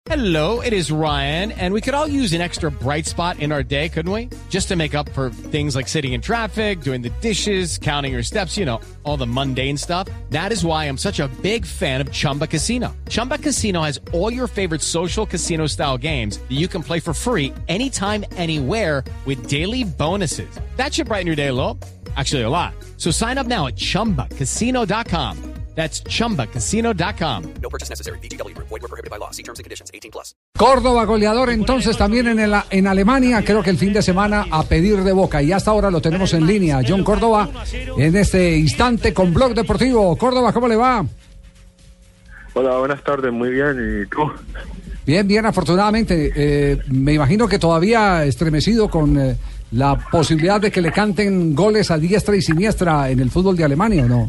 Hello, it is Ryan, and we could all use an extra bright spot in our day, couldn't we? Just to make up for things like sitting in traffic, doing the dishes, counting your steps, you know, all the mundane stuff. That is why I'm such a big fan of Chumba Casino. Chumba Casino has all your favorite social casino-style games that you can play for free anytime, anywhere with daily bonuses. That should brighten your day a little. Actually, a lot. So sign up now at ChumbaCasino.com. That's ChumbaCasino.com. No purchase necessary. VGW Group. Void where prohibited by law. See terms and conditions. 18+. Córdoba goleador entonces también en Alemania, creo que el fin de semana a pedir de boca. Y hasta ahora lo tenemos en línea. John Córdoba en este instante con Blog Deportivo. Córdoba, ¿cómo le va? Hola, buenas tardes. Muy bien. ¿Y tú? Bien, bien, afortunadamente. Me imagino que todavía estremecido con la posibilidad de que le canten goles a diestra y siniestra en el fútbol de Alemania, ¿o no?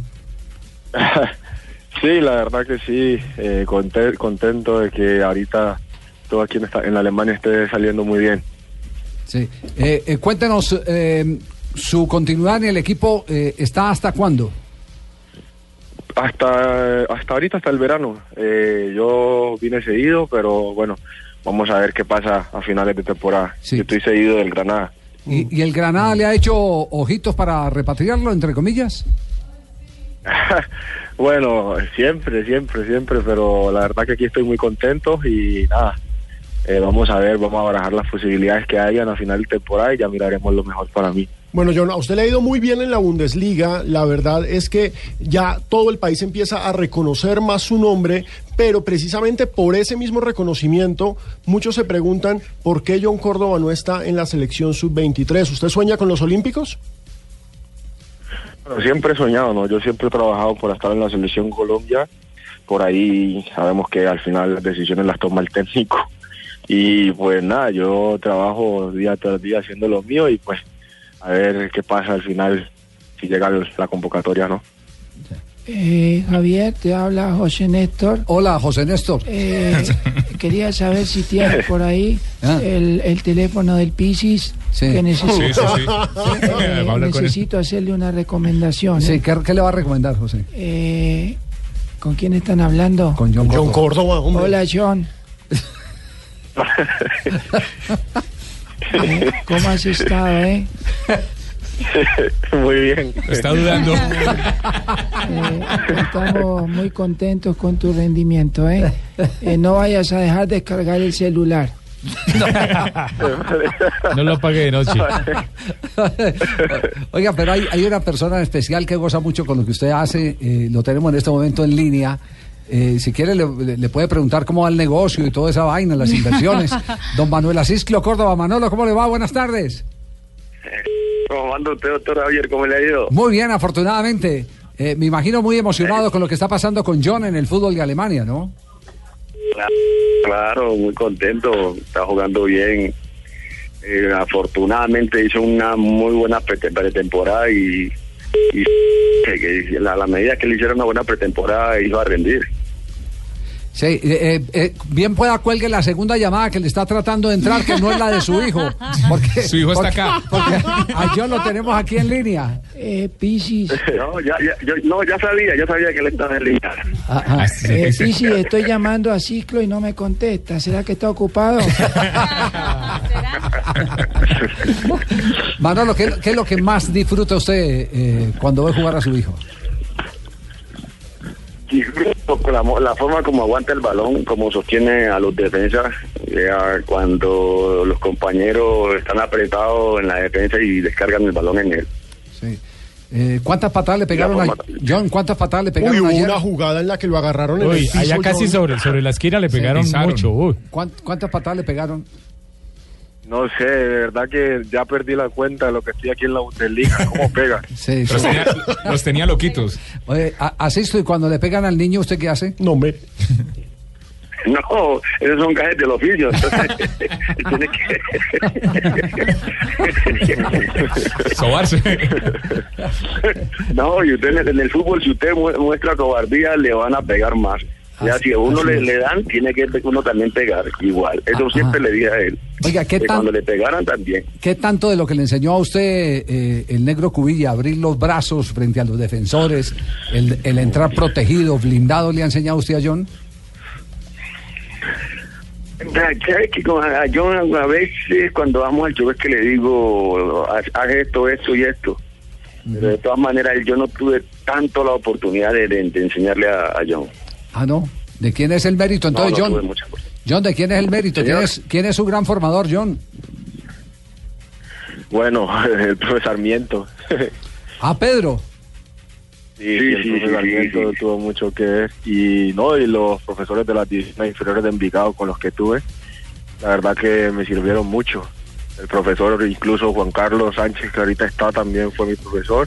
Sí, la verdad que sí, contento de que ahorita todo aquí en Alemania esté saliendo muy bien. Sí, cuéntenos, su continuidad en el equipo está ¿hasta cuándo? Hasta ahorita, hasta el verano. Yo vine cedido, pero bueno, vamos a ver qué pasa a finales de temporada. Sí. Yo estoy cedido del Granada. ¿Y el Granada le ha hecho ojitos para repatriarlo, entre comillas? Bueno, siempre, pero la verdad que aquí estoy muy contento y nada, vamos a barajar las posibilidades que hayan a final de temporada y ya miraremos lo mejor para mí. Bueno, John, a usted le ha ido muy bien en la Bundesliga, la verdad es que ya todo el país empieza a reconocer más su nombre, pero precisamente por ese mismo reconocimiento, muchos se preguntan por qué John Córdoba no está en la selección sub-23. ¿Usted sueña con los Olímpicos? Bueno, siempre he soñado, ¿no? Yo siempre he trabajado por estar en la selección Colombia. Por ahí sabemos que al final las decisiones las toma el técnico. Y pues nada, yo trabajo día tras día haciendo lo mío y pues a ver qué pasa al final si llega la convocatoria, ¿no? Javier, te habla José Néstor. Hola, José Néstor. Quería saber si tienes por ahí el teléfono del Pisis. Sí. Que necesito, Sí. necesito hacerle una recomendación. Sí, ¿qué le va a recomendar, José? ¿Con quién están hablando? Con John Córdoba. John Córdoba, hombre. Hola, John. ¿Cómo has estado, Muy bien. Está dudando. Estamos muy contentos con tu rendimiento, no vayas a dejar descargar el celular. No lo apague de noche. Oiga, pero hay una persona especial que goza mucho con lo que usted hace. Lo tenemos en este momento en línea. Si quiere le puede preguntar cómo va el negocio y toda esa vaina, las inversiones. Don Manuel Asisclo Córdoba. Manolo, ¿cómo le va? Buenas tardes. ¿Cómo anda usted, doctor Javier? ¿Cómo le ha ido? Muy bien, afortunadamente. Me imagino muy emocionado con lo que está pasando con John en el fútbol de Alemania, ¿no? Claro, muy contento, está jugando bien. Afortunadamente hizo una muy buena pretemporada y que a la medida que le hicieron una buena pretemporada iba a rendir. Sí, bien pueda cuelgue la segunda llamada que le está tratando de entrar, que no es la de su hijo. Porque, Su hijo está acá. Porque a John lo tenemos aquí en línea. Pisis. No, ya sabía que él estaba en línea. Pisis, estoy llamando a Ciclo y no me contesta. ¿Será que está ocupado? Manolo, ¿qué es lo que más disfruta usted cuando ve jugar a su hijo? La forma como aguanta el balón, como sostiene a los defensas, cuando los compañeros están apretados en la defensa y descargan el balón en él. Sí. ¿Cuántas patadas le pegaron a John? ¿Cuántas patadas le pegaron Hubo ayer? una jugada en la que lo agarraron en el piso. Allá casi John. sobre la esquina le pegaron mucho. ¿Cuántas patadas le pegaron? No sé, de verdad que ya perdí la cuenta de lo que estoy aquí en la Bundesliga, cómo pega. Sí, sí. Los tenía loquitos. Oye, Asisto, y cuando le pegan al niño, ¿usted qué hace? No, me... No, esos son gajes del oficio. Entonces, tiene que... Sobarse. No, y usted en el fútbol, si usted muestra cobardía, le van a pegar más. Ya, si a uno le dan, tiene que uno también pegar igual. Eso siempre le dije a él. Oiga, cuando le pegaran también. ¿Qué tanto de lo que le enseñó a usted el negro Cubilla, abrir los brazos frente a los defensores, el entrar protegido, blindado, le ha enseñado a usted a John? ¿Sabes que yo a veces cuando vamos al show es que le digo, haz esto, esto y esto? Pero de todas maneras yo no tuve tanto la oportunidad de enseñarle a John. Ah, no. ¿De quién es el mérito? Entonces, No John. tuve mucha oportunidad. John, ¿de quién es el mérito? ¿Quién es su gran formador, John? Bueno, el profesor Sarmiento. Ah, Pedro. Sí, el profesor Sarmiento tuvo mucho que ver. Y los profesores de las divisiones inferiores de Envigado con los que tuve, la verdad que me sirvieron mucho. El profesor, incluso Juan Carlos Sánchez, que ahorita está, también fue mi profesor.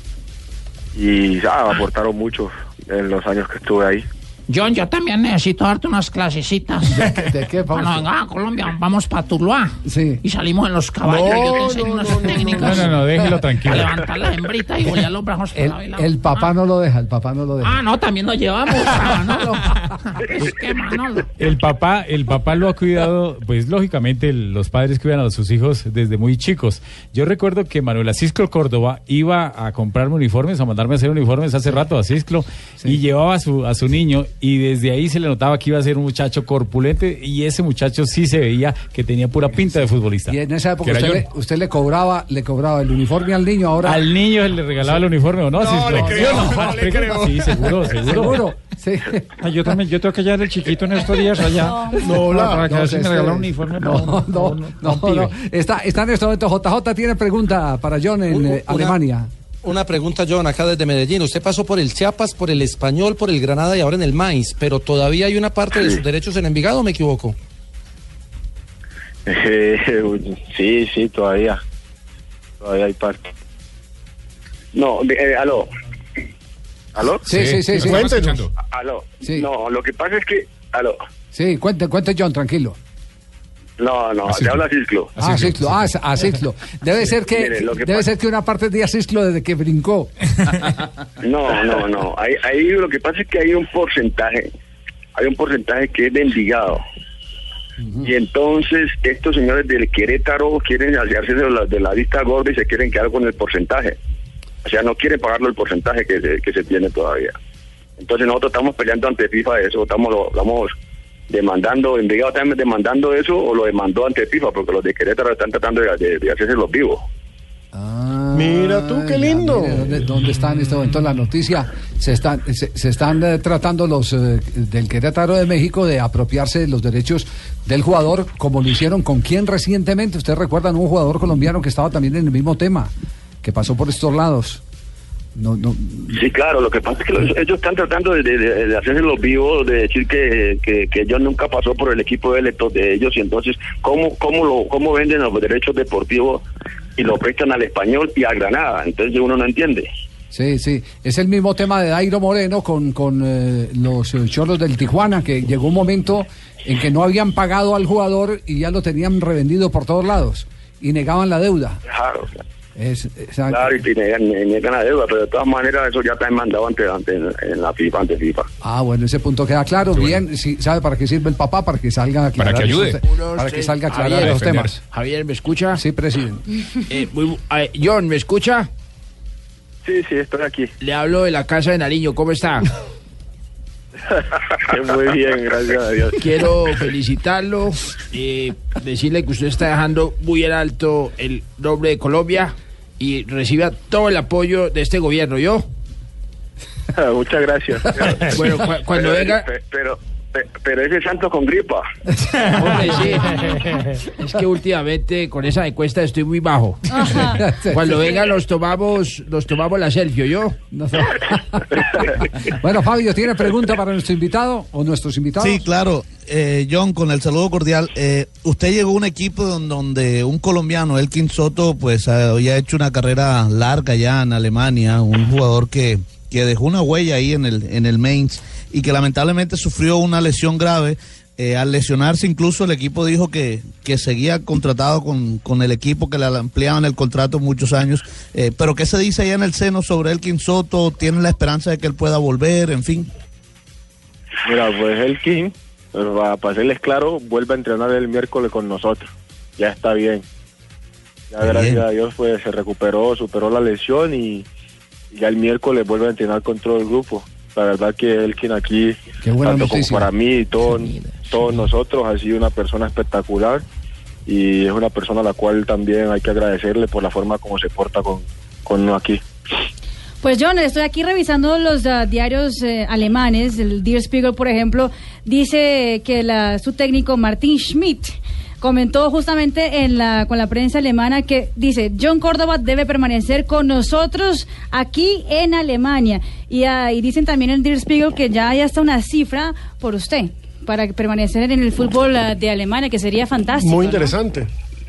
Y aportaron mucho en los años que estuve ahí. John, yo también necesito darte unas clasecitas. ¿De qué? Cuando venga a Colombia, vamos para Tuluá. Sí. Y salimos en los caballos y yo te enseño unas técnicas. No, déjelo tranquilo. A levantar la hembrita y voy a los brazos para la El papá no lo deja, Ah, no, también nos llevamos a Manolo. Es que Manolo. El papá lo ha cuidado, pues lógicamente los padres cuidan a sus hijos desde muy chicos. Yo recuerdo que Manuel Asisclo Córdoba iba a comprarme uniformes, a mandarme a hacer uniformes hace rato a Asisclo, y llevaba a su niño, y desde ahí se le notaba que iba a ser un muchacho corpulente, y ese muchacho sí se veía que tenía pura pinta de futbolista. Y en esa época Que usted le cobraba el uniforme al niño, ahora... Al niño le regalaba el uniforme, ¿o no? No, le creo. Sí, seguro. Sí. Yo también, yo tengo que llevar el chiquito en estos días allá. Para que si me regala un uniforme. No. Está en este momento. JJ tiene pregunta para John en Alemania. Una pregunta, John, acá desde Medellín. Usted pasó por el Chiapas, por el Español, por el Granada y ahora en el Mainz, pero todavía hay una parte de sus derechos en Envigado, ¿o me equivoco? Sí, todavía hay parte. No, aló. ¿Aló? Sí. Cuéntenos. Aló. Sí. No, lo que pasa es que... Aló. Sí, cuente John, tranquilo. No, te habla Asisclo. Asisclo. Debe ser que una parte de Asisclo desde que brincó. No. Ahí lo que pasa es que hay un porcentaje que es de Envigado. Y entonces estos señores del Querétaro quieren hacerse de la vista gorda y se quieren quedar con el porcentaje. O sea, no quieren pagarlo el porcentaje que se tiene todavía. Entonces nosotros estamos peleando ante FIFA eso, estamos demandando, Envigado está demandando eso, o lo demandó ante FIFA, porque los de Querétaro están tratando de hacerse los vivos. Mira tú, qué lindo. ¿Dónde está en este momento la noticia? Se están tratando los del Querétaro de México de apropiarse de los derechos del jugador, como lo hicieron con quién recientemente. Ustedes recuerdan un jugador colombiano que estaba también en el mismo tema, que pasó por estos lados. No. Sí, claro, lo que pasa es que ellos están tratando de hacerse los vivos, de decir que John nunca pasó por el equipo de electos de ellos, y entonces ¿cómo venden los derechos deportivos y lo prestan al Español y a Granada? Entonces uno no entiende. Sí, es el mismo tema de Dairo Moreno con los Cholos del Tijuana, que llegó un momento en que no habían pagado al jugador y ya lo tenían revendido por todos lados y negaban la deuda. Claro. Claro, y niegan la deuda, pero de todas maneras eso ya está demandado ante la FIFA, ante FIFA. Ah, bueno, ese punto queda claro. Bien, sí, ¿sabe para qué sirve el papá? Para que salga a aclarar. Para que ayude. Para que salga a aclarar los temas. Javier, ¿me escucha? Sí, presidente. John, ¿me escucha? Sí, estoy aquí. Le hablo de la casa de Nariño, ¿cómo está? Muy bien, gracias a Dios. Quiero felicitarlo, decirle que usted está dejando muy en alto el nombre de Colombia y reciba todo el apoyo de este gobierno, ¿yo? Muchas gracias. Bueno, cuando venga... Pero ese Santos con gripa. Hombre, sí. Es que últimamente con esa encuesta estoy muy bajo. Cuando venga nos tomamos la selfie, ¿yo? No sé. Bueno, Fabio, ¿tiene pregunta para nuestro invitado o nuestros invitados? Sí, claro. John, con el saludo cordial. Usted llegó a un equipo donde un colombiano, Elkin Soto, pues había hecho una carrera larga ya en Alemania, un jugador que dejó una huella ahí en el Mainz y que lamentablemente sufrió una lesión grave. Al lesionarse incluso el equipo dijo que seguía contratado con el equipo, que le ampliaban el contrato muchos años. Pero ¿qué se dice allá en el seno sobre Elkin Soto? ¿Tienen la esperanza de que él pueda volver? En fin. Mira, pues Elkin, para serles claro, vuelve a entrenar el miércoles con nosotros. Ya está bien. Ya gracias a Dios pues se recuperó, superó la lesión y ya el miércoles vuelve a entrenar con todo el grupo. La verdad que Elkin aquí, Qué buena tanto como noticia. para mí y todos nosotros, ha sido una persona espectacular y es una persona a la cual también hay que agradecerle por la forma como se porta con uno aquí. Pues John, estoy aquí revisando los diarios alemanes. El Der Spiegel, por ejemplo, dice que su técnico Martin Schmidt comentó justamente con la prensa alemana que dice: John Córdoba debe permanecer con nosotros aquí en Alemania. Y dicen también en el Der Spiegel que ya hay hasta una cifra por usted para permanecer en el fútbol de Alemania, que sería fantástico. Muy ¿no? interesante.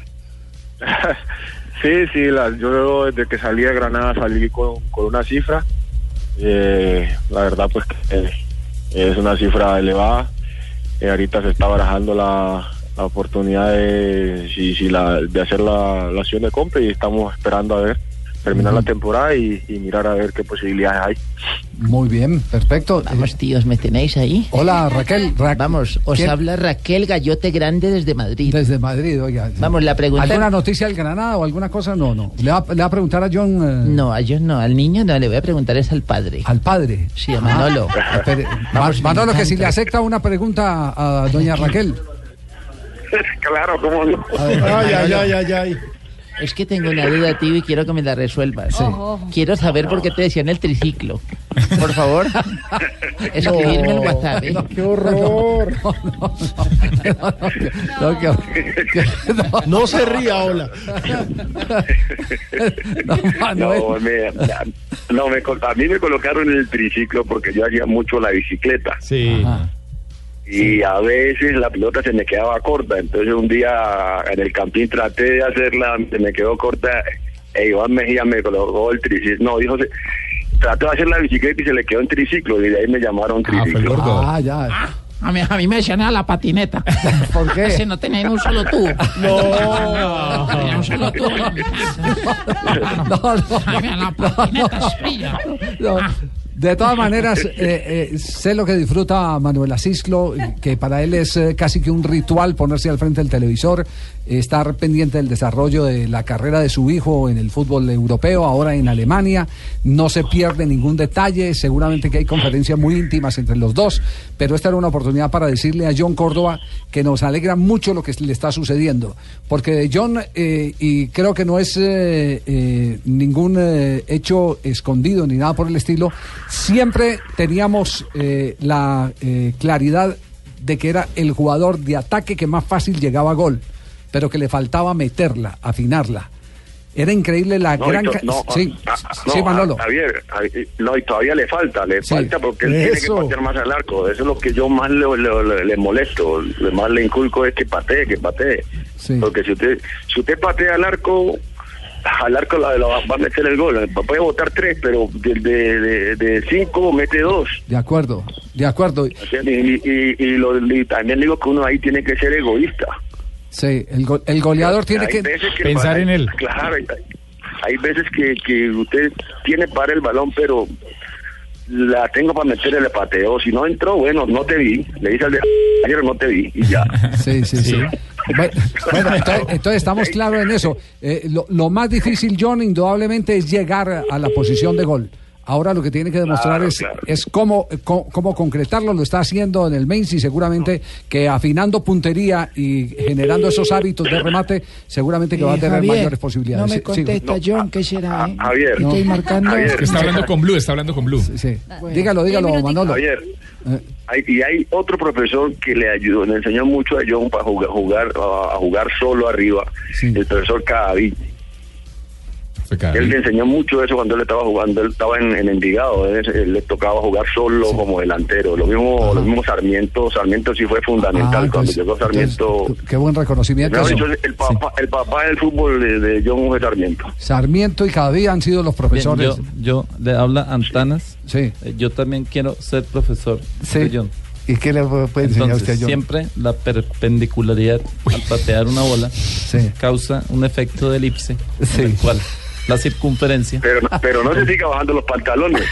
Sí, yo desde que salí de Granada salí con una cifra. La verdad pues que es una cifra elevada. Ahorita se está barajando la oportunidad de hacer la acción de compra y estamos esperando a ver, terminar la temporada y mirar a ver qué posibilidades hay. Muy bien, perfecto. Vamos, tíos, ¿me tenéis ahí? Hola, Raquel. Vamos, os ¿Quién? habla Raquel Gallote Grande desde Madrid. Desde Madrid, oiga. Vamos, la pregunta... ¿Alguna noticia del Granada o alguna cosa? No. ¿Le va a preguntar a John? No, a John no, al niño no, le voy a preguntar es al padre. ¿Al padre? Sí, a Manolo. Espere, Vamos, Manolo, me que si le encanta. acepta una pregunta a doña Raquel. Claro, cómo no. Ay. Es que tengo una duda, tío, y quiero que me la resuelvas. Sí. Ojo. Quiero saber por qué te decían el triciclo. Por favor, escribirme el WhatsApp, ¿eh? ¡Qué horror! No se ría, hola. A mí me colocaron en el triciclo porque yo hacía mucho la bicicleta. Sí. Y a veces la pelota se me quedaba corta, entonces un día en el campín traté de hacerla, se me quedó corta, Iván Mejía me colocó el triciclo, trató de hacer la bicicleta y se le quedó en triciclo y de ahí me llamaron triciclo. Ya. A mí me decían a la patineta. ¿Por qué? Ese no tenía ni un solo tubo. No. Tenía un solo tubo. A la patineta espilla. No. De todas maneras, sé lo que disfruta Manuel Asisclo, que para él es casi que un ritual ponerse al frente del televisor, estar pendiente del desarrollo de la carrera de su hijo en el fútbol europeo, ahora en Alemania. No se pierde ningún detalle, seguramente que hay conferencias muy íntimas entre los dos, pero esta era una oportunidad para decirle a John Córdoba que nos alegra mucho lo que le está sucediendo, porque de John, y creo que no es ningún hecho escondido ni nada por el estilo, siempre teníamos la claridad de que era el jugador de ataque que más fácil llegaba a gol, pero que le faltaba meterla, afinarla. Era increíble la gran... Sí, Manolo. Javier, y todavía le falta porque él tiene que patear más al arco. Eso es lo que yo más le molesto, más le inculco es que patee. Sí. Porque si usted patea al arco va a meter el gol. Puede botar 3, pero de 5 mete 2. De acuerdo. Y también digo que uno ahí tiene que ser egoísta. Sí, el goleador tiene que pensar en él. Claro, hay veces que usted tiene para el balón, pero la tengo para meter el pateo. Si no entró, bueno, no te vi. Le dice al de ayer, no te vi, y ya. Sí. Bueno, entonces estamos claros en eso. Lo más difícil, John, indudablemente es llegar a la posición de gol. Ahora lo que tiene que demostrar es cómo concretarlo. Lo está haciendo en el Mainz y seguramente que afinando puntería y generando esos hábitos de remate, seguramente que va a tener Javier, mayores posibilidades. No me contesta, John, ¿qué será? Javier, estoy marcando. Javier, está hablando con Blue. Sí. Bueno, Dígalo, Manolo. Javier, hay otro profesor que le ayudó, le enseñó mucho a John para jugar solo arriba. Sí. El profesor Cadavid. Él le enseñó mucho eso cuando él estaba jugando. Él estaba en Envigado, él le tocaba jugar solo como delantero. Lo mismo Sarmiento sí fue fundamental cuando llegó Sarmiento. Qué buen reconocimiento. El papá del fútbol de John fue Sarmiento. Sarmiento y Cadavid han sido los profesores. Bien, yo le habla Antanas. Sí. Yo también quiero ser profesor de John. ¿Y qué le puede enseñar Entonces, usted a John? Siempre la perpendicularidad al patear una bola causa un efecto de elipse, en el cual la circunferencia. Pero no se siga bajando los pantalones.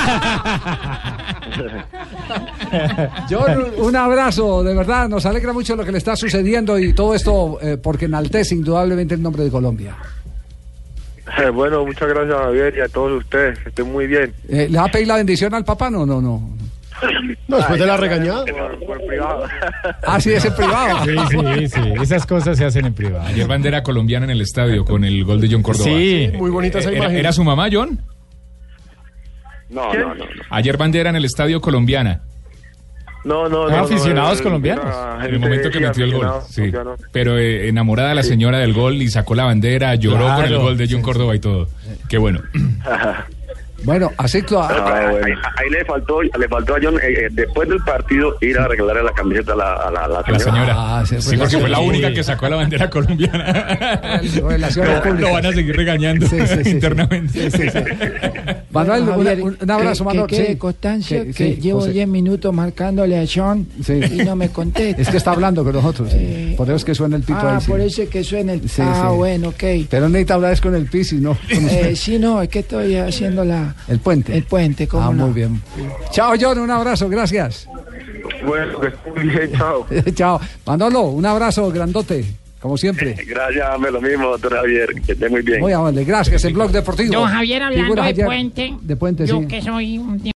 John, un abrazo, de verdad, nos alegra mucho lo que le está sucediendo y todo esto porque enaltece indudablemente el nombre de Colombia. Bueno, muchas gracias, Javier, y a todos ustedes. Que estén muy bien. ¿Le va a pedir la bendición al papá? No. No, después de la regañada. Por privado. Ah, sí, es en privado. Sí. Esas cosas se hacen en privado. Ayer bandera colombiana en el estadio con el gol de John Córdoba. Sí. Muy bonita esa imagen. ¿Era su mamá, John? No. Ayer bandera en el estadio colombiana. No. Aficionados colombianos. En el momento que metió el gol. Sí. Colombianos. Pero enamorada la señora del gol y sacó la bandera, lloró con el gol de John Córdoba y todo. Qué bueno. Bueno, así Ahí le faltó a John, después del partido, ir a arreglarle la camiseta a la señora. Sí, porque fue la única que sacó la bandera colombiana. Lo van a seguir regañando internamente. Manuel, un abrazo, Manuel. ¿Qué, Constancio? Que llevo 10 minutos marcándole a John y no me contesta. Es que está hablando con nosotros. Por eso es que suena el pito ahí. Por eso es que suena el pito. Bueno, ok. Pero no necesita hablar con el Pisi, ¿no? Sí, no, es que estoy haciendo el puente. El puente, ¿cómo no? Muy bien. Chao, John, un abrazo, gracias. Bueno, que esté muy bien, chao. Chao. Manolo, un abrazo grandote, como siempre. Gracias, lo mismo, doctor Javier, que esté muy bien. Muy amable, gracias. En Blog Deportivo. Don Javier, hablando de puente, de puente, yo sí. que soy un